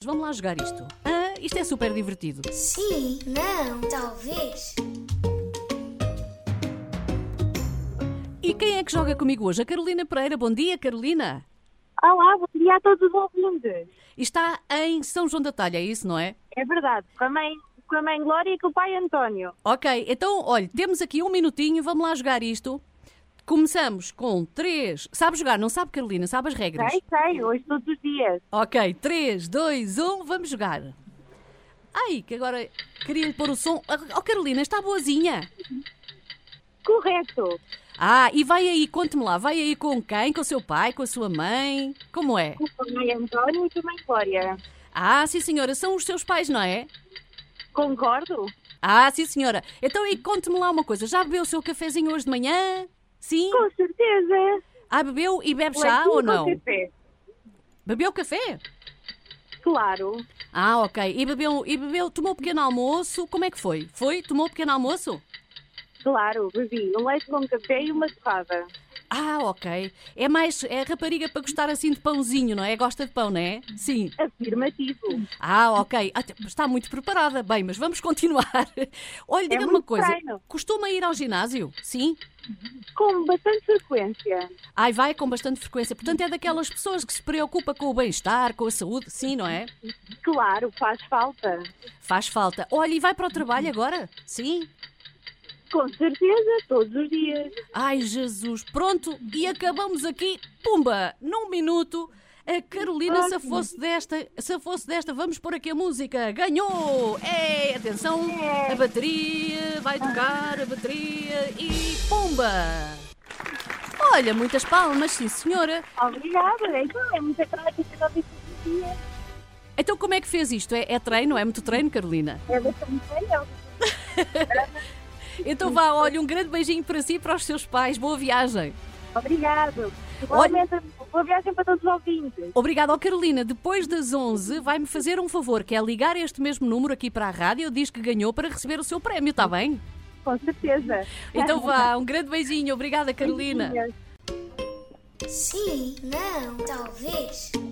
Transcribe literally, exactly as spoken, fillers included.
Vamos lá jogar isto. Ah, isto é super divertido. Sim, não, talvez. E quem é que joga comigo hoje? A Carolina Pereira. Bom dia, Carolina. Olá, bom dia a todos os ouvintes. E está em São João da Talha, é isso, não é? É verdade, com a mãe, com a mãe Glória e com o pai António. Ok, então, olha, temos aqui um minutinho, vamos lá jogar isto. Começamos com três... Sabe jogar, não sabe, Carolina? Sabe as regras? Sei, sei, hoje todos os dias. Ok, três, dois, um, vamos jogar. Ai, que agora queria-lhe pôr o som... Oh, Carolina, está boazinha? Correto. Ah, e vai aí, conte-me lá, vai aí com quem? Com o seu pai, com a sua mãe? Como é? Com a mãe António e com a mãe Glória. Ah, sim senhora, são os seus pais, não é? Concordo. Ah, sim senhora. Então aí conte-me lá uma coisa, já bebeu o seu cafezinho hoje de manhã? Sim? Com certeza. Ah, bebeu e bebe chá Leitinho ou não? com café. Bebeu café? Claro. Ah, ok. E bebeu, e bebeu, tomou pequeno almoço, como é que foi? Foi? Tomou pequeno almoço? Claro, bebi um leite com café e uma torrada. Ah, ok. É mais, é rapariga para gostar assim de pãozinho, não é? Gosta de pão, não é? Sim. Afirmativo. Ah, ok. Ah, está muito preparada. Bem, mas vamos continuar. Olha, diga-me uma muito coisa. treino. Costuma ir ao ginásio? Sim? Com bastante frequência. Ai, vai com bastante frequência. Portanto, é daquelas pessoas que se preocupa com o bem-estar, com a saúde. Sim, não é? Claro, faz falta. Faz falta. Olha, e vai para o trabalho agora? Sim? Com certeza, todos os dias. Ai, Jesus. Pronto, e acabamos aqui. Pumba! Num minuto. A Carolina, se fosse desta, se fosse desta, vamos pôr aqui a música. Ganhou! É, atenção, a bateria, vai tocar a bateria e pumba! Olha, muitas palmas, sim senhora. Obrigada. Então, é muita prática todos os dias. Então como é que fez isto? É, é treino? É muito treino, Carolina? É bastante treino. Então vá, olha, um grande beijinho para si e para os seus pais. Boa viagem. Obrigado. Igualmente, boa viagem para todos os ouvintes. Obrigada, ó Carolina. Depois das onze, vai-me fazer um favor, que é ligar este mesmo número aqui para a rádio, diz que ganhou para receber o seu prémio, está bem? Com certeza. Então vá, um grande beijinho. Obrigada, Carolina. Sim, não, talvez.